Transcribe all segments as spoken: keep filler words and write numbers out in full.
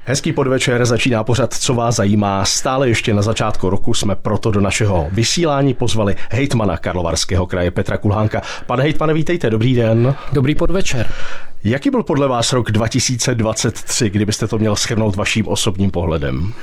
Hezký podvečer, začíná pořad Co vás zajímá. Stále ještě na začátku roku jsme proto do našeho vysílání pozvali hejtmana Karlovarského kraje Petra Kulhánka. Pane hejtmane, vítejte, dobrý den. Dobrý podvečer. Jaký byl podle vás rok dva tisíce dvacet tři, kdybyste to měl shrnout vaším osobním pohledem?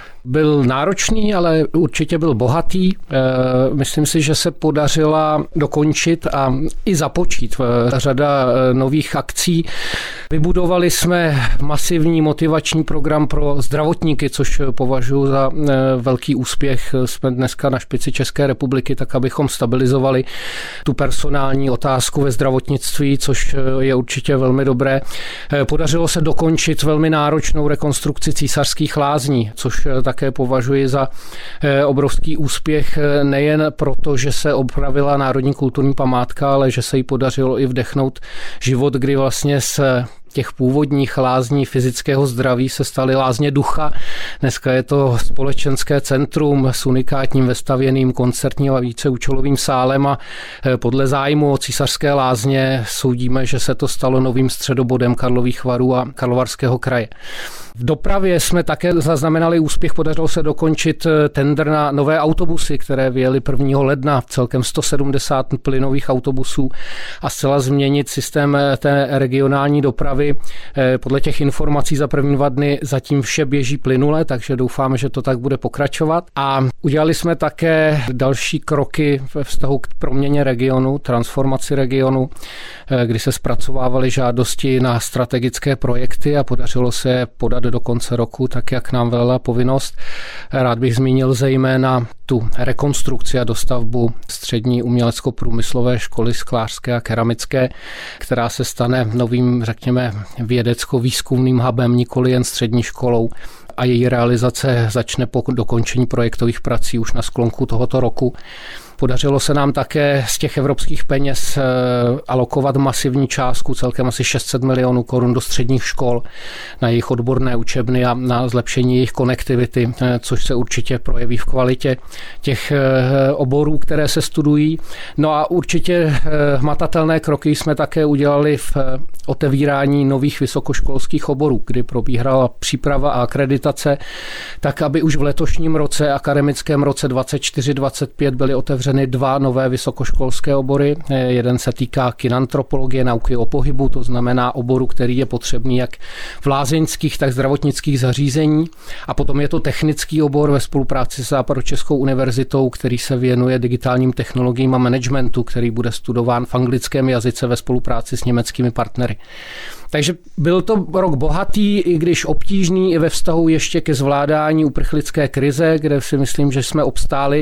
Byl náročný, ale určitě byl bohatý. Myslím si, že se podařila dokončit a i započít řada nových akcí. Vybudovali jsme masivní motivační program pro zdravotníky, což považuji za velký úspěch. Jsme dneska na špici České republiky, tak abychom stabilizovali tu personální otázku ve zdravotnictví, což je určitě velmi dobré. Podařilo se dokončit velmi náročnou rekonstrukci Císařských lázní, což také považuji za obrovský úspěch nejen proto, že se opravila národní kulturní památka, ale že se jí podařilo i vdechnout život, kdy vlastně z těch původních lázní fyzického zdraví se staly lázně ducha. Dneska je to společenské centrum s unikátním vestavěným koncertním a víceúčelovým sálem a podle zájmu o Císařské lázně soudíme, že se to stalo novým středobodem Karlových Varů a Karlovarského kraje. V dopravě jsme také zaznamenali úspěch, podařilo se dokončit tendr na nové autobusy, které vyjeli prvního ledna, celkem sto sedmdesát plynových autobusů a zcela změnit systém té regionální dopravy. Podle těch informací za první dva dny zatím vše běží plynule, takže doufáme, že to tak bude pokračovat. A udělali jsme také další kroky ve vztahu k proměně regionu, transformaci regionu, kdy se zpracovávaly žádosti na strategické projekty a podařilo se podat do konce roku, tak jak nám velela povinnost. Rád bych zmínil zejména tu rekonstrukci a dostavbu střední umělecko-průmyslové školy sklářské a keramické, která se stane novým, řekněme, vědecko-výzkumným hubem, nikoli jen střední školou, a její realizace začne po dokončení projektových prací už na sklonku tohoto roku. Podařilo se nám také z těch evropských peněz alokovat masivní částku, celkem asi šest set milionů korun do středních škol na jejich odborné učebny a na zlepšení jejich konektivity, což se určitě projeví v kvalitě těch oborů, které se studují. No a určitě hmatatelné kroky jsme také udělali v otevírání nových vysokoškolských oborů, kdy probíhala příprava a akreditace, tak aby už v letošním roce, akademickém roce dvacet čtyři dvacet pět byly otevřeny dva nové vysokoškolské obory. Jeden se týká kinantropologie, nauky o pohybu, to znamená oboru, který je potřebný jak v lázeňských, tak zdravotnických zařízení. A potom je to technický obor ve spolupráci s Západočeskou univerzitou, který se věnuje digitálním technologiím a managementu, který bude studován v anglickém jazyce ve spolupráci s německými partnery. Takže byl to rok bohatý, i když obtížný i ve vztahu ještě ke zvládání uprchlické krize, kde si myslím, že jsme obstáli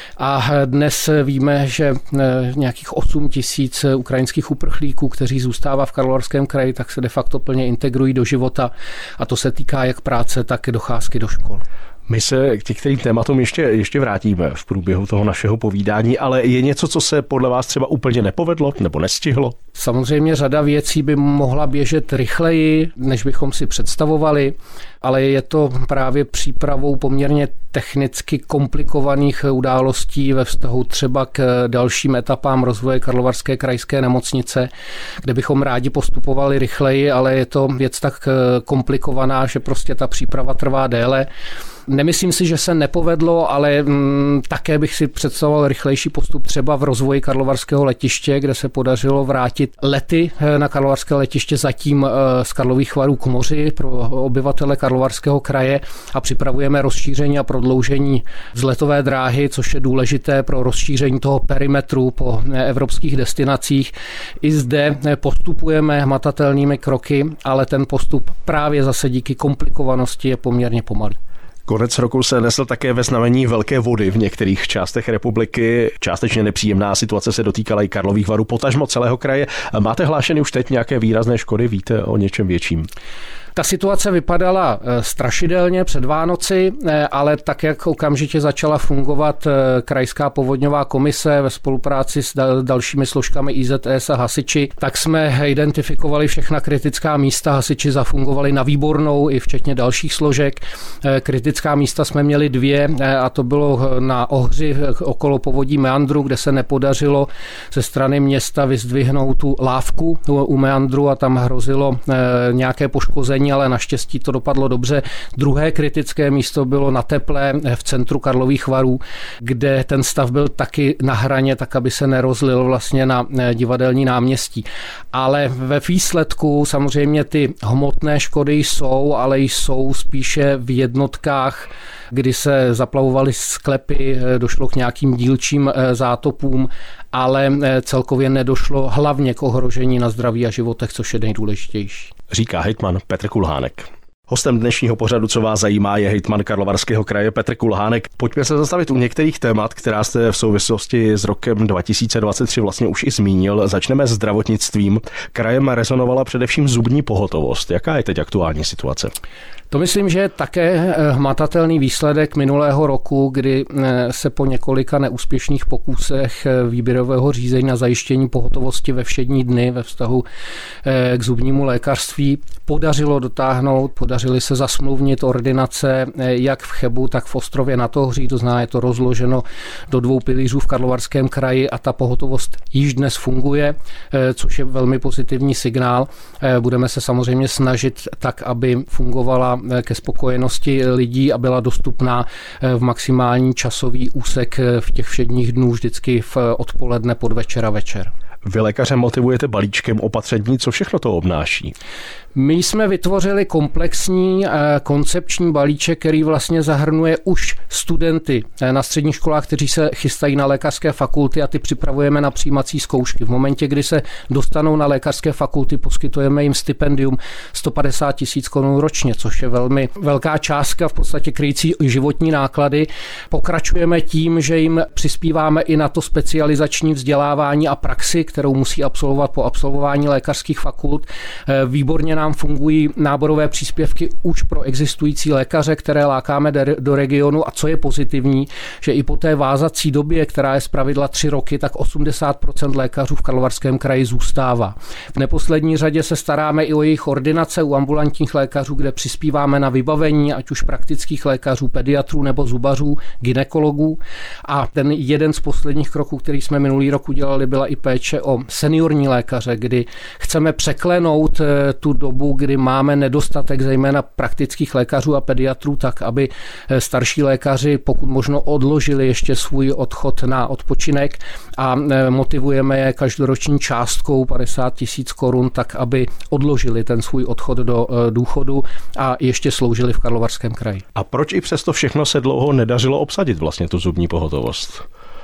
a dnes víme, že nějakých osm tisíc ukrajinských uprchlíků, kteří zůstává v Karlovarském kraji, tak se de facto plně integrují do života a to se týká jak práce, tak i docházky do škol. My se k některým tématům ještě, ještě vrátíme v průběhu toho našeho povídání, ale je něco, co se podle vás třeba úplně nepovedlo nebo nestihlo? Samozřejmě řada věcí by mohla běžet rychleji, než bychom si představovali, ale je to právě přípravou poměrně technicky komplikovaných událostí ve vztahu třeba k dalším etapám rozvoje Karlovarské krajské nemocnice, kde bychom rádi postupovali rychleji, ale je to věc tak komplikovaná, že prostě ta příprava trvá déle. Nemyslím si, že se nepovedlo, ale m, také bych si představoval rychlejší postup třeba v rozvoji Karlovarského letiště, kde se podařilo vrátit lety na Karlovarské letiště zatím z Karlových Varů k moři pro obyvatele Karlovarského kraje a připravujeme rozšíření a prodloužení vzletové dráhy, což je důležité pro rozšíření toho perimetru po evropských destinacích. I zde postupujeme hmatatelnými kroky, ale ten postup právě zase díky komplikovanosti je poměrně pomalý. Konec roku se nesl také ve znamení velké vody v některých částech republiky. Částečně nepříjemná situace se dotýkala i Karlových Varů, potažmo celého kraje. Máte hlášeny už teď nějaké výrazné škody? Víte o něčem větším? Ta situace vypadala strašidelně před Vánoci, ale tak, jak okamžitě začala fungovat krajská povodňová komise ve spolupráci s dalšími složkami I Z S a hasiči, tak jsme identifikovali všechna kritická místa. Hasiči zafungovali na výbornou i včetně dalších složek. Kritická místa jsme měli dvě a to bylo na Ohři okolo povodí meandru, kde se nepodařilo ze strany města vyzdvihnout tu lávku u meandru a tam hrozilo nějaké poškození nasazení, ale naštěstí to dopadlo dobře. Druhé kritické místo bylo na Teplé v centru Karlových Varů, kde ten stav byl taky na hraně, tak aby se nerozlil vlastně na Divadelní náměstí. Ale ve výsledku samozřejmě ty hmotné škody jsou, ale jsou spíše v jednotkách, kdy se zaplavovaly sklepy, došlo k nějakým dílčím zátopům, ale celkově nedošlo hlavně k ohrožení na zdraví a životech, což je nejdůležitější. Říká hejtman Petr Kulhánek. Hostem dnešního pořadu Co vás zajímá je hejtman Karlovarského kraje Petr Kulhánek. Pojďme se zastavit u některých témat, která jste v souvislosti s rokem dva tisíce dvacet tři vlastně už i zmínil. Začneme s zdravotnictvím. Krajem rezonovala především zubní pohotovost. Jaká je teď aktuální situace? To myslím, že je také hmatatelný výsledek minulého roku, kdy se po několika neúspěšných pokusech výběrového řízení na zajištění pohotovosti ve všední dny ve vztahu k zubnímu lékařství podařilo dotáhnout, podařili se zasmluvnit ordinace jak v Chebu, tak v Ostrově nad Ohří, to znamená, je to rozloženo do dvou pilířů v Karlovarském kraji a ta pohotovost již dnes funguje, což je velmi pozitivní signál. Budeme se samozřejmě snažit tak, aby fungovala ke spokojenosti lidí a byla dostupná v maximální časový úsek v těch všedních dnů vždycky v odpoledne, podvečer a večer. Vy lékaře motivujete balíčkem opatření, co všechno to obnáší? My jsme vytvořili komplexní koncepční balíček, který vlastně zahrnuje už studenty na středních školách, kteří se chystají na lékařské fakulty a ty připravujeme na přijímací zkoušky. V momentě, kdy se dostanou na lékařské fakulty, poskytujeme jim stipendium sto padesát tisíc korun ročně, což je velmi velká částka, v podstatě kryjící životní náklady. Pokračujeme tím, že jim přispíváme i na to specializační vzdělávání a praxi, kterou musí absolvovat po absolvování lékařských fakult. Výborně nám fungují náborové příspěvky už pro existující lékaře, které lákáme do regionu a co je pozitivní, že i po té vázací době, která je zpravidla tři roky, tak osmdesát procent lékařů v Karlovarském kraji zůstává. V neposlední řadě se staráme i o jejich ordinace u ambulantních lékařů, kde přispíváme na vybavení ať už praktických lékařů, pediatrů nebo zubařů, gynekologů. A ten jeden z posledních kroků, který jsme minulý rok udělali, byla i péče o seniorní lékaře, kdy chceme překlenout tu dobu, kdy máme nedostatek zejména praktických lékařů a pediatrů, tak aby starší lékaři pokud možno odložili ještě svůj odchod na odpočinek a motivujeme je každoroční částkou padesát tisíc korun, tak aby odložili ten svůj odchod do důchodu a ještě sloužili v Karlovarském kraji. A proč i přesto všechno se dlouho nedařilo obsadit vlastně tu zubní pohotovost?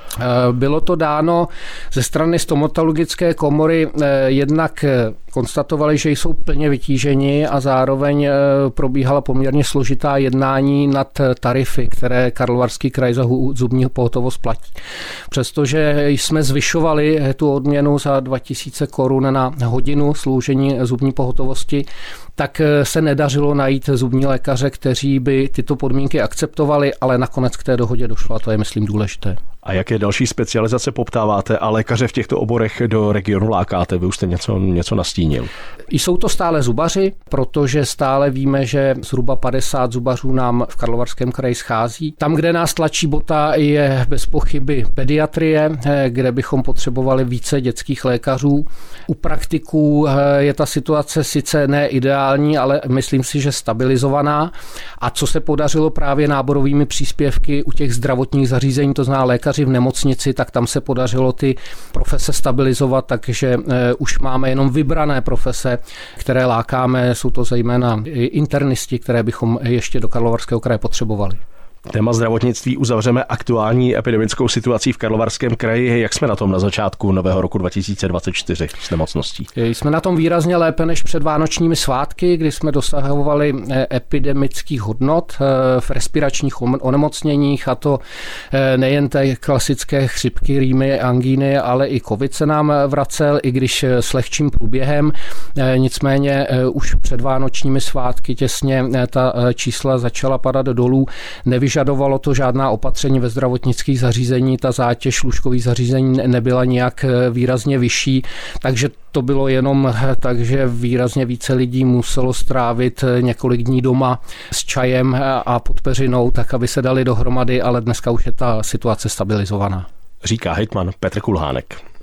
Bylo to dáno ze strany stomatologické komory, jednak konstatovali, že jsou plně vytíženi a zároveň probíhala poměrně složitá jednání nad tarify, které Karlovarský kraj za zubní pohotovost platí. Přestože jsme zvyšovali tu odměnu za dva tisíce korun na hodinu sloužení zubní pohotovosti, tak se nedařilo najít zubní lékaře, kteří by tyto podmínky akceptovali, ale nakonec k té dohodě došlo a to je, myslím, důležité. A jaké další specializace poptáváte a lékaře v těchto oborech do regionu lákáte? Vy už jste něco, něco nastínil. Jsou to stále zubaři, protože stále víme, že zhruba padesát zubařů nám v Karlovarském kraji schází. Tam, kde nás tlačí bota, je bez pochyby pediatrie, kde bychom potřebovali více dětských lékařů. U praktiků je ta situace sice ne ideální, ale myslím si, že stabilizovaná. A co se podařilo právě náborovými příspěvky u těch zdravotních zařízení, to znamená lékaři v nemocnici, tak tam se podařilo ty profese stabilizovat, takže už máme jenom vybrané profese, které lákáme, jsou to zejména internisti, které bychom ještě do Karlovarského kraje potřebovali. Téma zdravotnictví uzavřeme aktuální epidemickou situací v Karlovarském kraji. Jak jsme na tom na začátku nového roku dva tisíce dvacet čtyři s nemocností? Jsme na tom výrazně lépe než před vánočními svátky, kdy jsme dosahovali epidemických hodnot v respiračních onemocněních, a to nejen té klasické chřipky, rýmy, angíny, ale i covid se nám vracel, i když s lehčím průběhem. Nicméně už před vánočními svátky těsně ta čísla začala padat dolů. Nevyž Vyžadovalo to žádná opatření ve zdravotnických zařízení, ta zátěž lůžkových zařízení nebyla nějak výrazně vyšší, takže to bylo jenom tak, že výrazně více lidí muselo strávit několik dní doma s čajem a pod peřinou, tak aby se dali dohromady, ale dneska už je ta situace stabilizovaná. Říká hejtman Petr Kulhánek.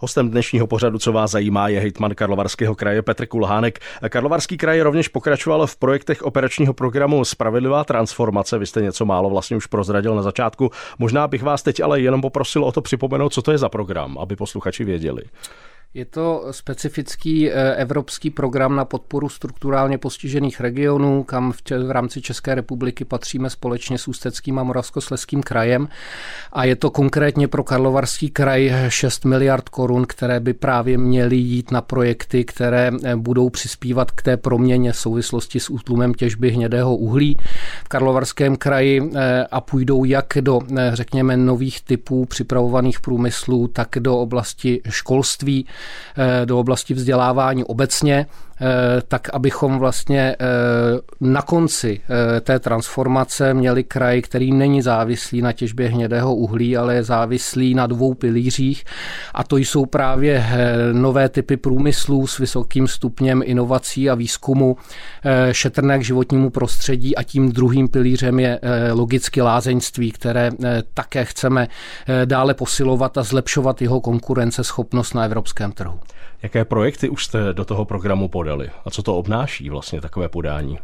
Hostem dnešního pořadu Co vás zajímá je hejtman Karlovarského kraje Petr Kulhánek. Karlovarský kraj rovněž pokračoval v projektech operačního programu Spravedlivá transformace. Vy jste něco málo vlastně už prozradil na začátku. Možná bych vás teď ale jenom poprosil o to připomenout, co to je za program, aby posluchači věděli. Je to specifický evropský program na podporu strukturálně postižených regionů, kam v, v rámci České republiky patříme společně s Ústeckým a Moravskoslezským krajem. A je to konkrétně pro Karlovarský kraj šest miliard korun, které by právě měly jít na projekty, které budou přispívat k té proměně v souvislosti s útlumem těžby hnědého uhlí v Karlovarském kraji a půjdou jak do, řekněme, nových typů připravovaných průmyslů, tak do oblasti školství, do oblasti vzdělávání obecně, tak abychom vlastně na konci té transformace měli kraj, který není závislý na těžbě hnědého uhlí, ale je závislý na dvou pilířích, a to jsou právě nové typy průmyslů s vysokým stupněm inovací a výzkumu, šetrné k životnímu prostředí, a tím druhým pilířem je logicky lázeňství, které také chceme dále posilovat a zlepšovat jeho konkurenceschopnost na evropském trhu. Jaké projekty už jste do toho programu podali a co to obnáší vlastně takové podání?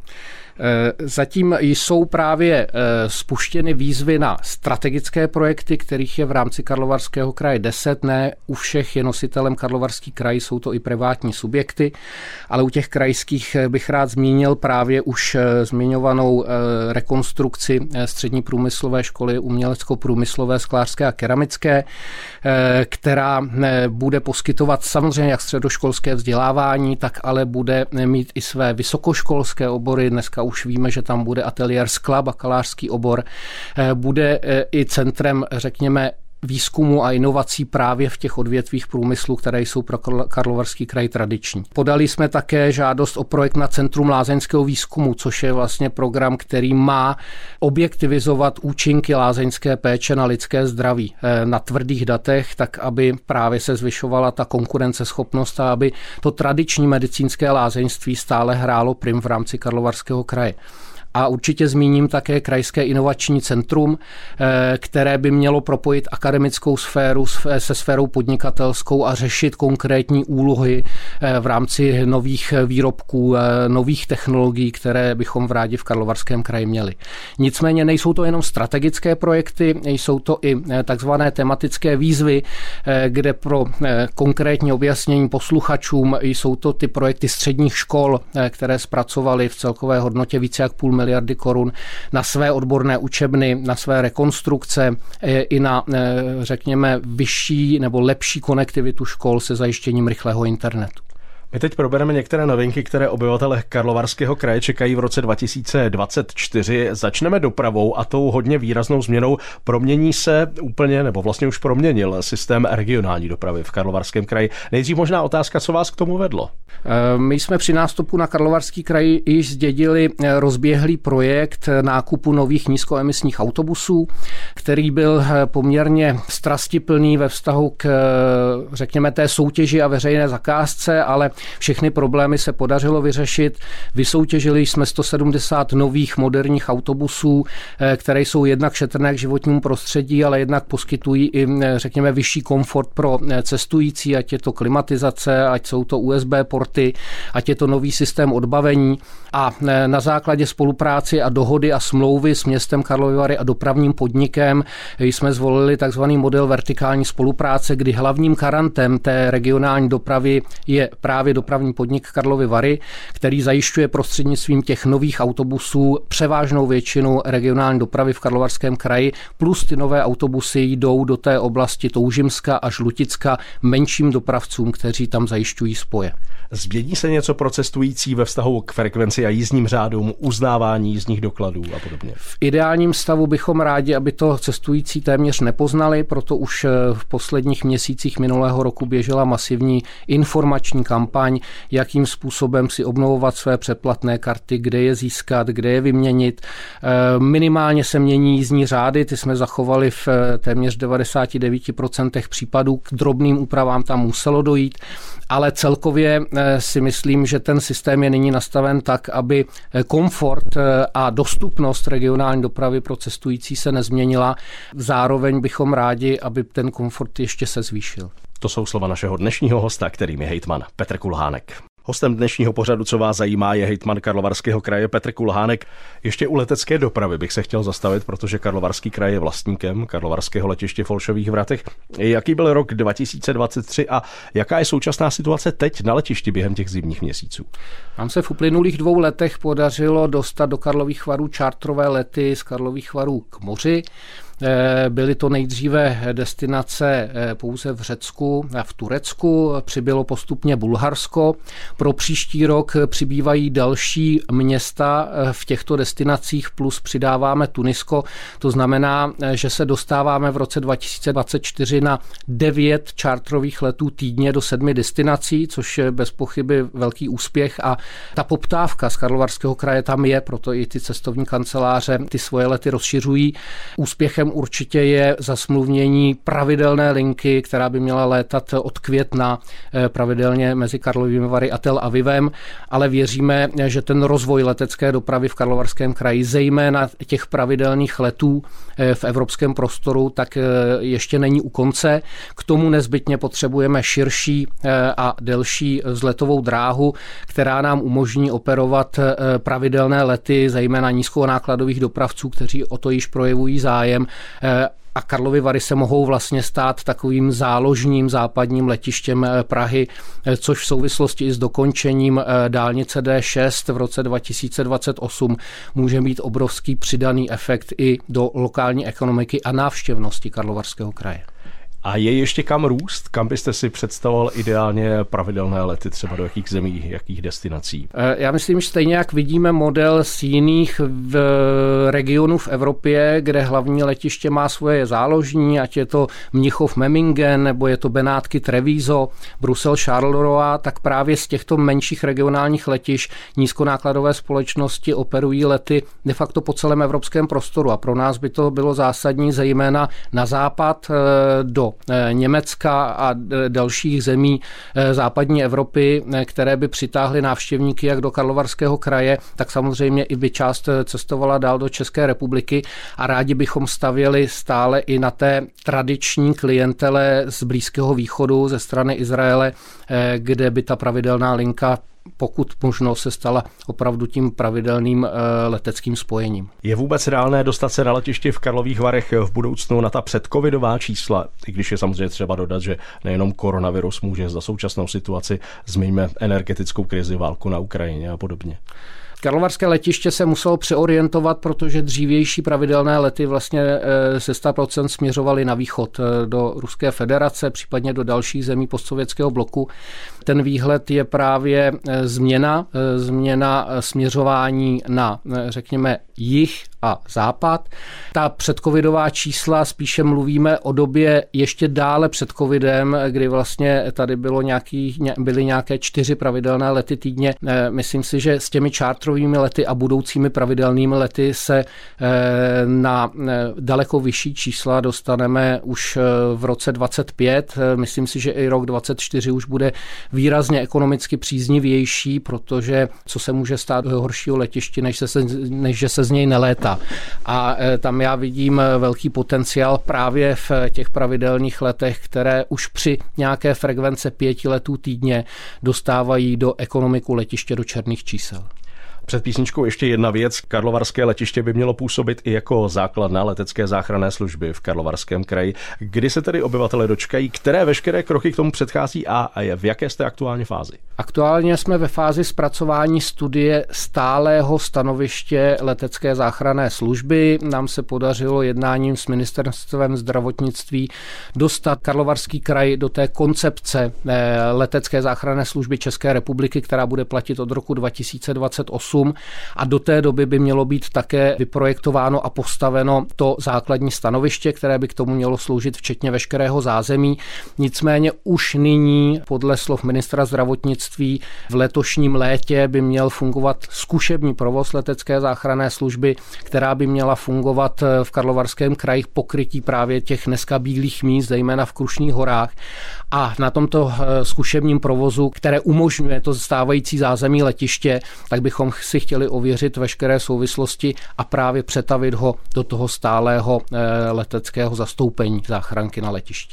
Zatím jsou právě spuštěny výzvy na strategické projekty, kterých je v rámci Karlovarského kraje deset. Ne u všech je nositelem Karlovarský kraj, jsou to i privátní subjekty, ale u těch krajských bych rád zmínil právě už zmiňovanou rekonstrukci střední průmyslové školy umělecko-průmyslové, sklářské a keramické, která bude poskytovat samozřejmě jak středoškolské vzdělávání, tak ale bude mít i své vysokoškolské obory. Dneska už víme, že tam bude ateliér skla, bakalářský obor, bude i centrem, řekněme, výzkumu a inovací právě v těch odvětvích průmyslu, které jsou pro Karlovarský kraj tradiční. Podali jsme také žádost o projekt na Centrum lázeňského výzkumu, což je vlastně program, který má objektivizovat účinky lázeňské péče na lidské zdraví na tvrdých datech, tak aby právě se zvyšovala ta konkurenceschopnost a aby to tradiční medicínské lázeňství stále hrálo prim v rámci Karlovarského kraje. A určitě zmíním také Krajské inovační centrum, které by mělo propojit akademickou sféru se sférou podnikatelskou a řešit konkrétní úlohy v rámci nových výrobků, nových technologií, které bychom v rádi v Karlovarském kraji měli. Nicméně nejsou to jenom strategické projekty, jsou to i takzvané tematické výzvy, kde pro konkrétní objasnění posluchačům jsou to ty projekty středních škol, které zpracovaly v celkové hodnotě více jak půl miliardy korun na své odborné učebny, na své rekonstrukce i na, řekněme, vyšší nebo lepší konektivitu škol se zajištěním rychlého internetu. My teď probereme některé novinky, které obyvatele Karlovarského kraje čekají v roce dva tisíce dvacet čtyři. Začneme dopravou a tou hodně výraznou změnou. Promění se úplně, nebo vlastně už proměnil systém regionální dopravy v Karlovarském kraji. Nejdřív možná otázka, co vás k tomu vedlo? My jsme při nástupu na Karlovarský kraj již zdědili rozběhlý projekt nákupu nových nízkoemisních autobusů, který byl poměrně strastiplný ve vztahu k, řekněme, té soutěži a veřejné zakázce, ale všechny problémy se podařilo vyřešit. Vysoutěžili jsme sto sedmdesát nových moderních autobusů, které jsou jednak šetrné k životnímu prostředí, ale jednak poskytují i, řekněme, vyšší komfort pro cestující, ať je to klimatizace, ať jsou to U S B porty, ať je to nový systém odbavení. A na základě spolupráce a dohody a smlouvy s městem Karlovy Vary a dopravním podnikem jsme zvolili takzvaný model vertikální spolupráce, kdy hlavním garantem té regionální dopravy je právě dopravní podnik Karlovy Vary, který zajišťuje prostřednictvím těch nových autobusů převážnou většinu regionální dopravy v Karlovarském kraji, plus ty nové autobusy jdou do té oblasti Toužimska až Luticka menším dopravcům, kteří tam zajišťují spoje. Změní se něco pro cestující ve vztahu k frekvenci a jízdním řádům, uznávání jízdních dokladů a podobně? V ideálním stavu bychom rádi, aby to cestující téměř nepoznali, proto už v posledních měsících minulého roku běžela masivní informační kampaň, jakým způsobem si obnovovat své předplatné karty, kde je získat, kde je vyměnit. Minimálně se mění jízdní řády, ty jsme zachovali v téměř devadesát devět procent případů, k drobným úpravám tam muselo dojít, ale celkově si myslím, že ten systém je nyní nastaven tak, aby komfort a dostupnost regionální dopravy pro cestující se nezměnila. Zároveň bychom rádi, aby ten komfort ještě se zvýšil. To jsou slova našeho dnešního hosta, kterým je hejtman Petr Kulhánek. Hostem dnešního pořadu Co vás zajímá je hejtman Karlovarského kraje Petr Kulhánek. Ještě u letecké dopravy bych se chtěl zastavit, protože Karlovarský kraj je vlastníkem karlovarského letiště v Holešových Vratech. Jaký byl rok dva tisíce dvacet tři a jaká je současná situace teď na letišti během těch zimních měsíců? Nám se v uplynulých dvou letech podařilo dostat do Karlových Varů čártrové lety z Karlových Varů k moři. Byly to nejdříve destinace pouze v Řecku a v Turecku, přibylo postupně Bulharsko. Pro příští rok přibývají další města v těchto destinacích, plus přidáváme Tunisko. To znamená, že se dostáváme v roce dva tisíce dvacet čtyři na devět čártrových letů týdně do sedmi destinací, což je bez pochyby velký úspěch a ta poptávka z Karlovarského kraje tam je, proto i ty cestovní kanceláře ty svoje lety rozšiřují. Úspěchem určitě je zasmluvnění pravidelné linky, která by měla létat od května pravidelně mezi Karlovými Vary a Tel Avivem, ale věříme, že ten rozvoj letecké dopravy v Karlovarském kraji, zejména těch pravidelných letů v evropském prostoru, tak ještě není u konce. K tomu nezbytně potřebujeme širší a delší vzletovou dráhu, která nám umožní operovat pravidelné lety, zejména nízkonákladových dopravců, kteří o to již projevují zájem. A Karlovy Vary se mohou vlastně stát takovým záložním západním letištěm Prahy, což v souvislosti i s dokončením dálnice D šest v roce dva tisíce dvacet osm může mít obrovský přidaný efekt i do lokální ekonomiky a návštěvnosti Karlovarského kraje. A je ještě kam růst? Kam byste si představoval ideálně pravidelné lety, třeba do jakých zemí, jakých destinací? Já myslím, že stejně jak vidíme model z jiných v regionů v Evropě, kde hlavní letiště má svoje záložní, ať je to Mnichov Memmingen, nebo je to Benátky Treviso, Brusel Charleroi, tak právě z těchto menších regionálních letišť nízkonákladové společnosti operují lety de facto po celém evropském prostoru. A pro nás by to bylo zásadní, zejména na západ do Německa a dalších zemí západní Evropy, které by přitáhly návštěvníky jak do Karlovarského kraje, tak samozřejmě i by část cestovala dál do České republiky a rádi bychom stavěli stále i na té tradiční klientele z Blízkého východu ze strany Izraele, kde by ta pravidelná linka pokud možno se stala opravdu tím pravidelným leteckým spojením. Je vůbec reálné dostat se na letiště v Karlových Varech v budoucnu na ta předcovidová čísla, i když je samozřejmě třeba dodat, že nejenom koronavirus může za současnou situaci, zmiňme energetickou krizi, válku na Ukrajině a podobně. Karlovarské letiště se muselo přeorientovat, protože dřívější pravidelné lety vlastně se sto procent směřovaly na východ do Ruské federace, případně do dalších zemí postsovětského bloku. Ten výhled je právě změna, změna směřování na, řekněme, jih a západ. Ta předcovidová čísla, spíše mluvíme o době ještě dále před covidem, kdy vlastně tady bylo nějaký, byly nějaké čtyři pravidelné lety týdně. Myslím si, že s těmi čártrovými lety a budoucími pravidelnými lety se na daleko vyšší čísla dostaneme už v roce dvacet pět. Myslím si, že i rok dvacet čtyři už bude výrazně ekonomicky příznivější, protože co se může stát do horšího letiště, než, se, než že se z něj nelétá. A tam já vidím velký potenciál právě v těch pravidelných letech, které už při nějaké frekvence pěti letů týdně dostávají do ekonomiku letiště do černých čísel. Před písničkou ještě jedna věc. Karlovarské letiště by mělo působit i jako základna letecké záchranné služby v Karlovarském kraji. Kdy se tedy obyvatelé dočkají, které veškeré kroky k tomu předchází a v jaké jste aktuálně fázi? Aktuálně jsme ve fázi zpracování studie stálého stanoviště letecké záchranné služby. Nám se podařilo jednáním s ministerstvem zdravotnictví dostat Karlovarský kraj do té koncepce letecké záchranné služby České republiky, která bude platit od roku dva tisíce dvacet osm. A do té doby by mělo být také vyprojektováno a postaveno to základní stanoviště, které by k tomu mělo sloužit včetně veškerého zázemí. Nicméně už nyní podle slov ministra zdravotnictví v letošním létě by měl fungovat zkušební provoz letecké záchranné služby, která by měla fungovat v Karlovarském kraji pokrytí právě těch dneska bílých míst, zejména v Krušných horách. A na tomto zkušebním provozu, které umožňuje to stávající zázemí letiště, tak bychom si chtěli ověřit veškeré souvislosti a právě přetavit ho do toho stálého leteckého zastoupení záchranky na letišti.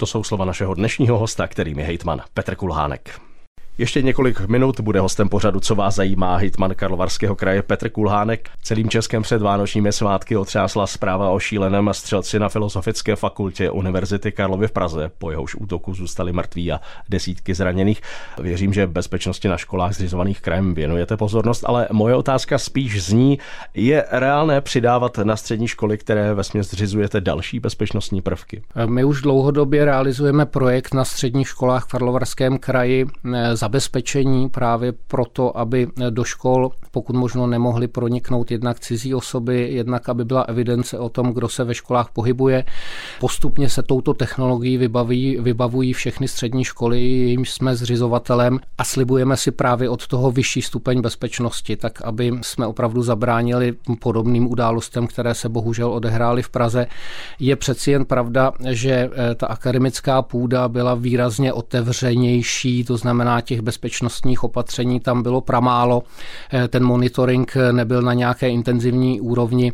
To jsou slova našeho dnešního hosta, kterým je hejtman Petr Kulhánek. Ještě několik minut bude hostem pořadu Co vás zajímá hejtman Karlovarského kraje Petr Kulhánek. Celým Českem před vánočními svátky otřásla zpráva o šíleném střelci na Filozofické fakultě Univerzity Karlovy v Praze. Po jehož útoku zůstali mrtví a desítky zraněných. Věřím, že bezpečnosti na školách zřizovaných krajem věnujete pozornost, ale moje otázka spíš zní, je reálné přidávat na střední školy, které vesměs zřizujete, další bezpečnostní prvky? My už dlouhodobě realizujeme projekt na středních školách v Karlovarském kraji zabezpečení právě proto, aby do škol pokud možno nemohly proniknout jednak cizí osoby, jednak aby byla evidence o tom, kdo se ve školách pohybuje. Postupně se touto technologií vybaví, vybavují všechny střední školy, jimž jsme zřizovatelem a slibujeme si právě od toho vyšší stupeň bezpečnosti, tak aby jsme opravdu zabránili podobným událostem, které se bohužel odehrály v Praze. Je přeci jen pravda, že ta akademická půda byla výrazně otevřenější, to znamená těch bezpečnostních opatření tam bylo pramálo, ten monitoring nebyl na nějaké intenzivní úrovni.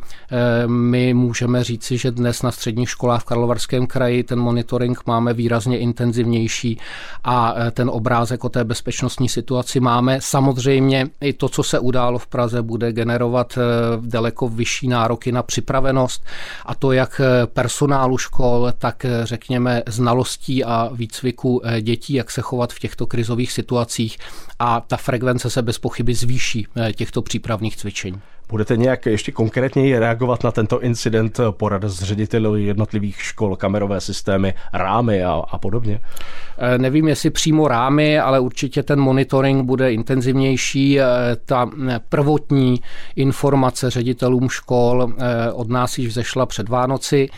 My můžeme říci, že dnes na středních školách v Karlovarském kraji ten monitoring máme výrazně intenzivnější a ten obrázek o té bezpečnostní situaci máme. Samozřejmě i to, co se událo v Praze, bude generovat daleko vyšší nároky na připravenost, a to jak personálu škol, tak řekněme znalostí a výcviku dětí, jak se chovat v těchto krizových situacích, a ta frekvence se bez pochyby zvýší těchto přípravných cvičení. Budete nějak ještě konkrétněji reagovat na tento incident, porad s řediteli jednotlivých škol, kamerové systémy, rámy a, a podobně? Nevím, jestli přímo rámy, ale určitě ten monitoring bude intenzivnější. Ta prvotní informace ředitelům škol od nás již vzešla před Vánoci.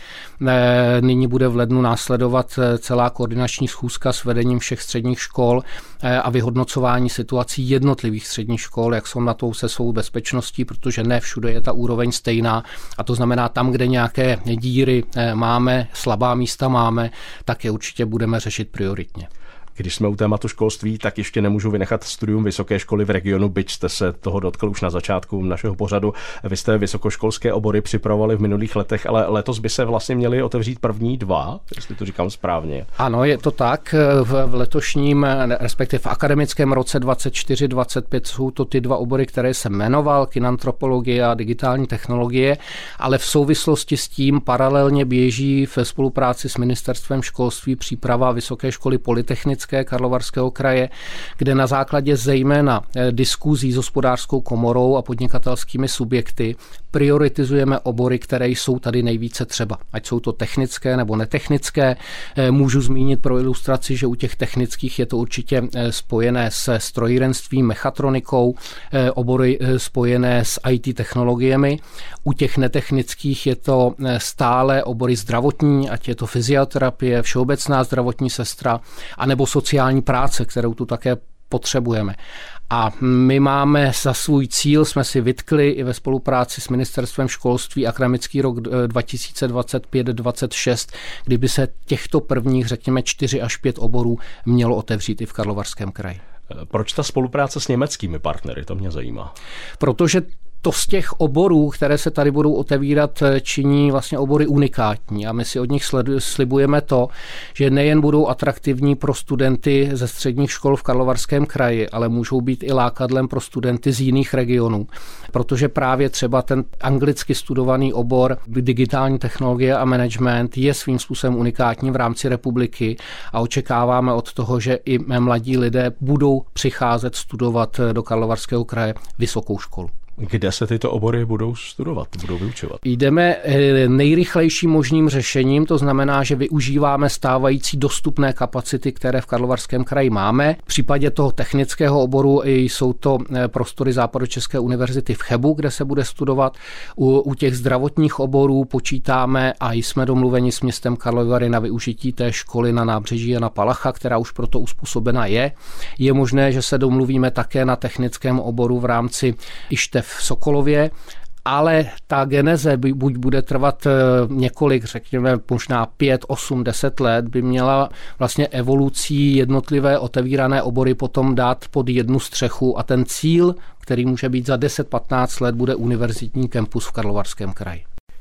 Nyní bude v lednu následovat celá koordinační schůzka s vedením všech středních škol a vyhodnocování situací jednotlivých středních škol, jak jsou na to se svou bezpečností, protože ne všude je ta úroveň stejná, a to znamená tam, kde nějaké díry máme, slabá místa máme, tak je určitě budeme řešit prioritně. Když jsme u tématu školství, tak ještě nemůžu vynechat studium vysoké školy v regionu, byť jste se toho dotkl už na začátku našeho pořadu. Vy jste vysokoškolské obory připravovali v minulých letech, ale letos by se vlastně měly otevřít první dva, jestli to říkám správně. Ano, je to tak. V letošním, respektive v akademickém roce dvacet čtyři dvacet pět jsou to ty dva obory, které jsem jmenoval, kinantropologie a digitální technologie, ale v souvislosti s tím paralelně běží ve spolupráci s Ministerstvem školství příprava Vysoké školy polytechnické Karlovarského kraje, kde na základě zejména diskuzí s hospodářskou komorou a podnikatelskými subjekty prioritizujeme obory, které jsou tady nejvíce třeba. Ať jsou to technické nebo netechnické. Můžu zmínit pro ilustraci, že u těch technických je to určitě spojené se strojírenstvím, mechatronikou, obory spojené s í té technologiemi. U těch netechnických je to stále obory zdravotní, ať je to fyzioterapie, všeobecná zdravotní sestra, anebo sociální práce, kterou tu také potřebujeme. A my máme za svůj cíl, jsme si vytkli i ve spolupráci s Ministerstvem školství akademický rok dva tisíce dvacet pět dvacet šest, kdyby se těchto prvních, řekněme, čtyři až pět oborů mělo otevřít i v Karlovarském kraji. Proč ta spolupráce s německými partnery? To mě zajímá. Protože to z těch oborů, které se tady budou otevírat, činí vlastně obory unikátní, a my si od nich slibujeme to, že nejen budou atraktivní pro studenty ze středních škol v Karlovarském kraji, ale můžou být i lákadlem pro studenty z jiných regionů, protože právě třeba ten anglicky studovaný obor digitální technologie a management je svým způsobem unikátní v rámci republiky a očekáváme od toho, že i mladí lidé budou přicházet studovat do Karlovarského kraje vysokou školu. Kde se tyto obory budou studovat, budou vyučovat? Jdeme nejrychlejším možným řešením, to znamená, že využíváme stávající dostupné kapacity, které v Karlovarském kraji máme. V případě toho technického oboru jsou to prostory Západočeské univerzity v Chebu, kde se bude studovat. U, u těch zdravotních oborů počítáme a jsme domluveni s městem Karlovy Vary na využití té školy na nábřeží Jana Palacha, která už proto uspůsobena je. Je možné, že se domluvíme také na technickém oboru v rámci Ištef v Sokolově, ale ta geneze buď bude trvat několik, řekněme možná pět, osm, deset let, by měla vlastně evolucí jednotlivé otevírané obory potom dát pod jednu střechu, a ten cíl, který může být za deset patnáct let, bude univerzitní kampus v Karlovarském kraji.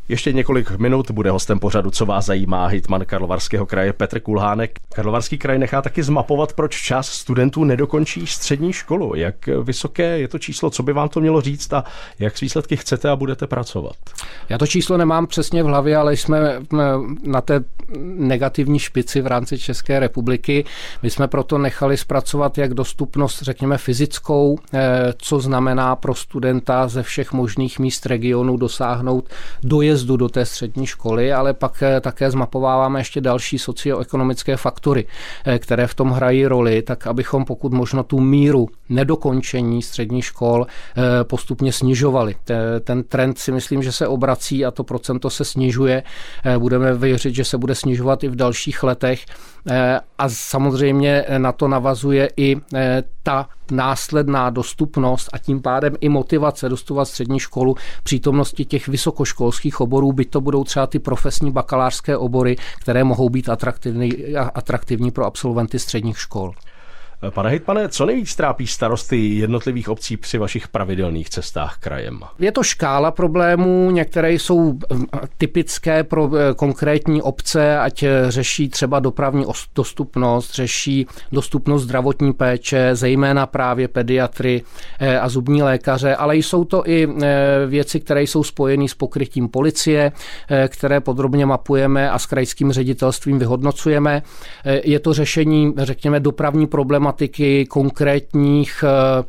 Ještě několik minut bude hostem pořadu Co vás zajímá hejtman Karlovarského kraje Petr Kulhánek. Karlovarský kraj nechá taky zmapovat, proč část studentů nedokončí střední školu. Jak vysoké je to číslo, co by vám to mělo říct a jak s výsledky chcete a budete pracovat? Já to číslo nemám přesně v hlavě, ale jsme na té negativní špici v rámci České republiky. My jsme proto nechali zpracovat jak dostupnost, řekněme, fyzickou, co znamená pro studenta ze všech možných míst regionu dosáhnout dojezdu do té střední školy, ale pak také zmapováváme ještě další socioekonomické faktory, které v tom hrají roli, tak abychom pokud možno tu míru nedokončení středních škol postupně snižovali. Ten trend si myslím, že se obrací a to procento se snižuje. Budeme věřit, že se bude snižovat i v dalších letech a samozřejmě na to navazuje i ta následná dostupnost a tím pádem i motivace dostudovat střední školu přítomnosti těch vysokoškolských oborů, byť to budou třeba ty profesní bakalářské obory, které mohou být atraktivní, atraktivní pro absolventy středních škol. Pane hejtmane, co nejvíc trápí starosty jednotlivých obcí při vašich pravidelných cestách krajem? Je to škála problémů, některé jsou typické pro konkrétní obce, ať řeší třeba dopravní dostupnost, řeší dostupnost zdravotní péče, zejména právě pediatry a zubní lékaře, ale jsou to i věci, které jsou spojeny s pokrytím policie, které podrobně mapujeme a s krajským ředitelstvím vyhodnocujeme. Je to řešení, řekněme, dopravní problémy, konkrétních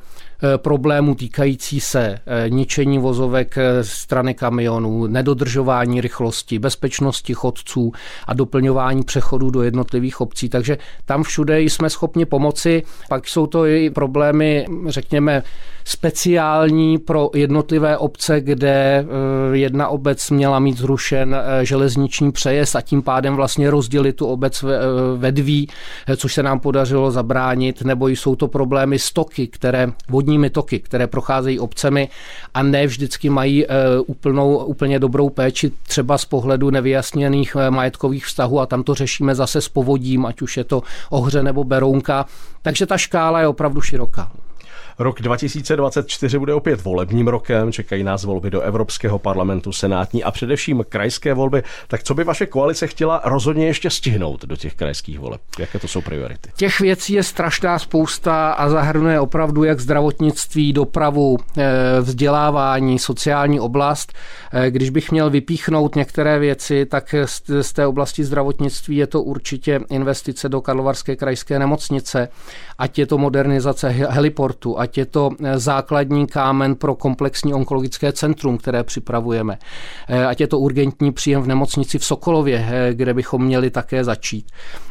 problémů týkající se ničení vozovek strany kamionů, nedodržování rychlosti, bezpečnosti chodců a doplňování přechodů do jednotlivých obcí. Takže tam všude jsme schopni pomoci. Pak jsou to i problémy, řekněme, speciální pro jednotlivé obce, kde jedna obec měla mít zrušen železniční přejezd a tím pádem vlastně rozdělit tu obec ve dví, což se nám podařilo zabránit, nebo jsou to problémy s toky, které vodními toky, které procházejí obcemi a ne vždycky mají úplnou, úplně dobrou péči, třeba z pohledu nevyjasněných majetkových vztahů a tam to řešíme zase s povodím, ať už je to Ohře nebo Berounka. Takže ta škála je opravdu široká. Rok dva tisíce dvacet čtyři bude opět volebním rokem, čekají nás volby do Evropského parlamentu, senátní a především krajské volby. Tak co by vaše koalice chtěla rozhodně ještě stihnout do těch krajských voleb? Jaké to jsou priority? Těch věcí je strašná spousta a zahrnuje opravdu jak zdravotnictví, dopravu, vzdělávání, sociální oblast. Když bych měl vypíchnout některé věci, tak z té oblasti zdravotnictví je to určitě investice do Karlovarské krajské nemocnice, ať je to modernizace heliportu, ať je to základní kámen pro komplexní onkologické centrum, které připravujeme, ať je to urgentní příjem v nemocnici v Sokolově, kde bychom měli také začít.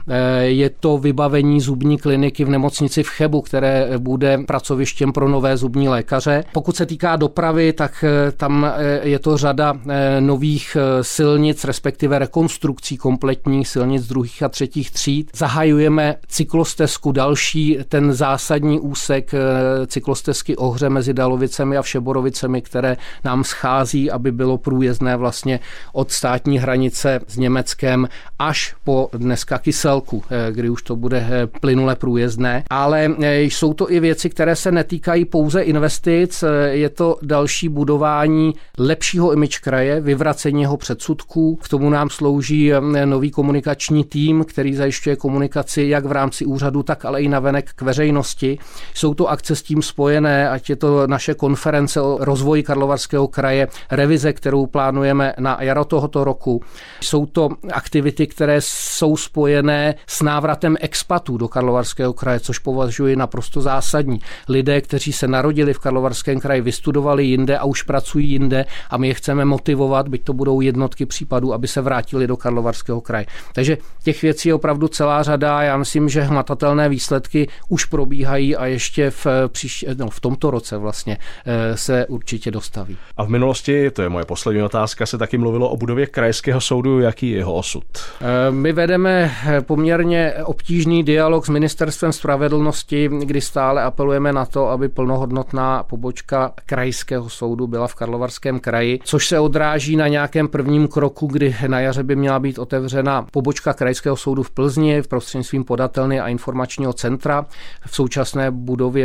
Je to vybavení zubní kliniky v nemocnici v Chebu, které bude pracovištěm pro nové zubní lékaře. Pokud se týká dopravy, tak tam je to řada nových silnic, respektive rekonstrukcí kompletních silnic druhých a třetích tříd. Zahajujeme cyklostezku další, ten zásadní úsek cyklostezky Ohře mezi Dalovicemi a Všeborovicemi, které nám schází, aby bylo průjezdné vlastně od státní hranice s Německem až po dneska Kyselku, kdy už to bude plynule průjezdné. Ale jsou to i věci, které se netýkají pouze investic, je to další budování lepšího image kraje, vyvracení jeho předsudků. K tomu nám slouží nový komunikační tým, který zajišťuje komunikaci jak v rámci úřadu, tak ale i navenek k veřejnosti. Jsou to akce s tím spojené, ať je to naše konference o rozvoji Karlovarského kraje, revize, kterou plánujeme na jaro tohoto roku. Jsou to aktivity, které jsou spojené s návratem expatů do Karlovarského kraje, což považuji naprosto zásadní. Lidé, kteří se narodili v Karlovarském kraji, vystudovali jinde a už pracují jinde a my je chceme motivovat, byť to budou jednotky případů, aby se vrátili do Karlovarského kraje. Takže těch věcí je opravdu celá řada. Já myslím, že hmatatelné výsledky už probíhají a ještě v, příš, no, v tomto roce vlastně se určitě dostaví. A v minulosti, to je moje poslední otázka, se taky mluvilo o budově krajského soudu. Jaký je jeho osud? My vedeme poměrně obtížný dialog s Ministerstvem spravedlnosti, kdy stále apelujeme na to, aby plnohodnotná pobočka krajského soudu byla v Karlovarském kraji, což se odráží na nějakém prvním kroku, kdy na jaře by měla být otevřena pobočka krajského soudu v Plzni v prostřednictvím podatelny a informačního centra v současné budově okres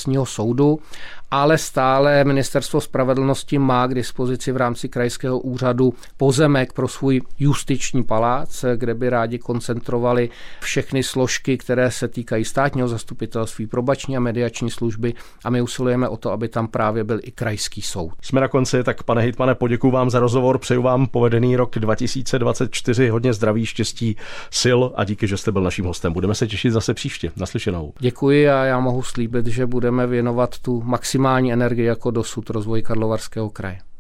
okresního soudu, ale stále Ministerstvo spravedlnosti má k dispozici v rámci krajského úřadu pozemek pro svůj justiční palác, kde by rádi koncentrovali všechny složky, které se týkají státního zastupitelství, probační a mediační služby, a my usilujeme o to, aby tam právě byl i krajský soud. Jsme na konci, tak pane hejtmane, poděkuji vám za rozhovor, přeju vám povedený rok dva tisíce dvacet čtyři, hodně zdraví, štěstí, sil a díky, že jste byl naším hostem. Budeme se těšit zase příště. Naslyšenou. Děkuji a já mohu slíbit, že budeme věnovat tu maximální energii jako dosud rozvoji Karlovarského kraje.